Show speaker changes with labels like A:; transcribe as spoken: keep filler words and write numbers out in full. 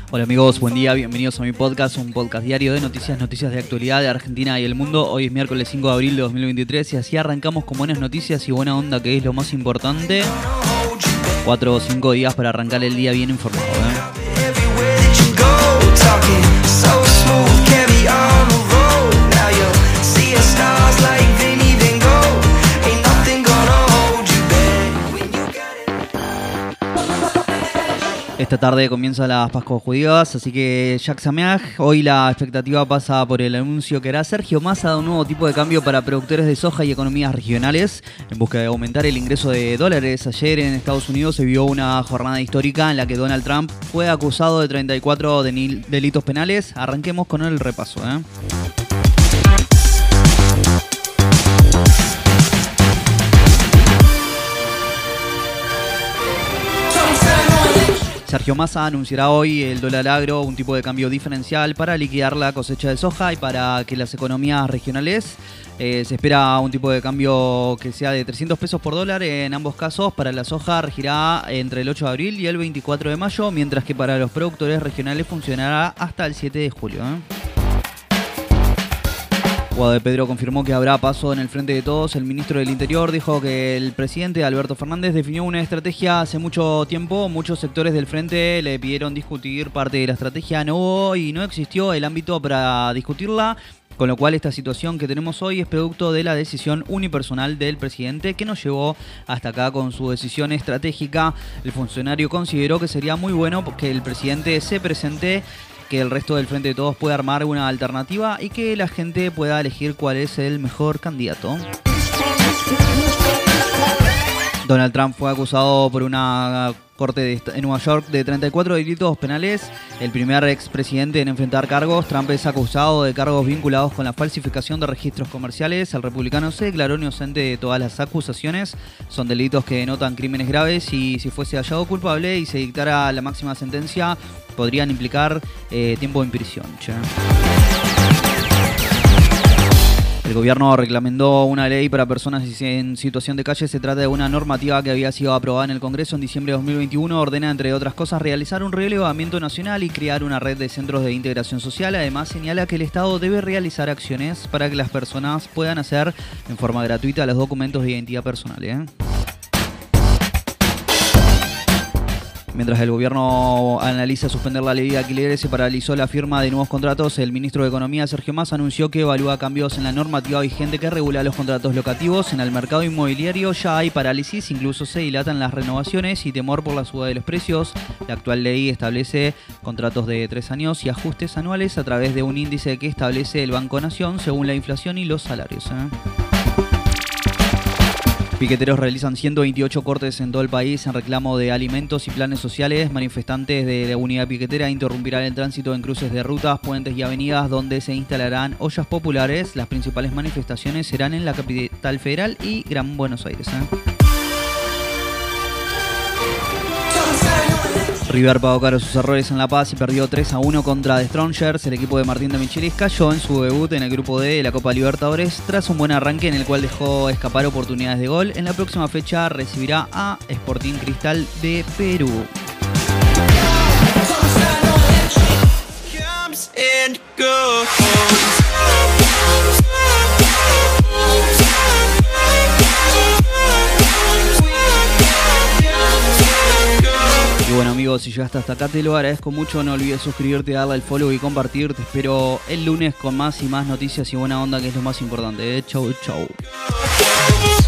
A: Hola amigos, buen día, bienvenidos a mi podcast, un podcast diario de noticias, noticias de actualidad de Argentina y el mundo. Hoy es miércoles cinco de abril de dos mil veintitrés y así arrancamos con buenas noticias y buena onda, que es lo más importante. Cuatro o cinco días para arrancar el día bien informado, ¿eh? Esta tarde comienzan las Pascuas judías, así que Chag Sameach. Hoy la expectativa pasa por el anuncio que hará Sergio Massa de un nuevo tipo de cambio para productores de soja y economías regionales en busca de aumentar el ingreso de dólares. Ayer en Estados Unidos se vio una jornada histórica en la que Donald Trump fue acusado de treinta y cuatro delitos penales. Arranquemos con el repaso, ¿eh? Sergio Massa anunciará hoy el dólar agro, un tipo de cambio diferencial para liquidar la cosecha de soja y para que las economías regionales eh, se espera un tipo de cambio que sea de trescientos pesos por dólar. En ambos casos, para la soja regirá entre el ocho de abril y el veinticuatro de mayo, mientras que para los productores regionales funcionará hasta el siete de julio, ¿eh? Guado de Pedro confirmó que habrá paso en el Frente de Todos. El ministro del Interior dijo que el presidente Alberto Fernández definió una estrategia hace mucho tiempo. Muchos sectores del Frente le pidieron discutir parte de la estrategia. No hubo y no existió el ámbito para discutirla, con lo cual esta situación que tenemos hoy es producto de la decisión unipersonal del presidente que nos llevó hasta acá con su decisión estratégica. El funcionario consideró que sería muy bueno que el presidente se presente, que el resto del Frente de Todos pueda armar una alternativa y que la gente pueda elegir cuál es el mejor candidato. Donald Trump fue acusado por una corte de en Nueva York de treinta y cuatro delitos penales. El primer expresidente en enfrentar cargos. Trump es acusado de cargos vinculados con la falsificación de registros comerciales. El republicano se declaró inocente de todas las acusaciones. Son delitos que denotan crímenes graves y si fuese hallado culpable y se dictara la máxima sentencia, podrían implicar eh, tiempo en prisión. Che. El gobierno reglamentó una ley para personas en situación de calle. Se trata de una normativa que había sido aprobada en el Congreso en diciembre de dos mil veintiuno. Ordena, entre otras cosas, realizar un relevamiento nacional y crear una red de centros de integración social. Además, señala que el Estado debe realizar acciones para que las personas puedan hacer en forma gratuita los documentos de identidad personal, ¿eh? Mientras el gobierno analiza suspender la ley de alquileres, se paralizó la firma de nuevos contratos. El ministro de Economía, Sergio Massa, anunció que evalúa cambios en la normativa vigente que regula los contratos locativos. En el mercado inmobiliario ya hay parálisis, incluso se dilatan las renovaciones y temor por la suba de los precios. La actual ley establece contratos de tres años y ajustes anuales a través de un índice que establece el Banco Nación según la inflación y los salarios, ¿eh? Piqueteros realizan ciento veintiocho cortes en todo el país en reclamo de alimentos y planes sociales. Manifestantes de la unidad piquetera interrumpirán el tránsito en cruces de rutas, puentes y avenidas donde se instalarán ollas populares. Las principales manifestaciones serán en la capital federal y Gran Buenos Aires, ¿eh? River pagó caro sus errores en La Paz y perdió tres a uno contra The Strongers. El equipo de Martín de Michelis cayó en su debut en el grupo D de la Copa Libertadores tras un buen arranque en el cual dejó escapar oportunidades de gol. En la próxima fecha recibirá a Sporting Cristal de Perú. Y bueno amigos, si llegaste hasta acá te lo agradezco mucho. No olvides suscribirte, darle al follow y compartir. Te espero el lunes con más y más noticias y buena onda, que es lo más importante, ¿eh? Chau, chau.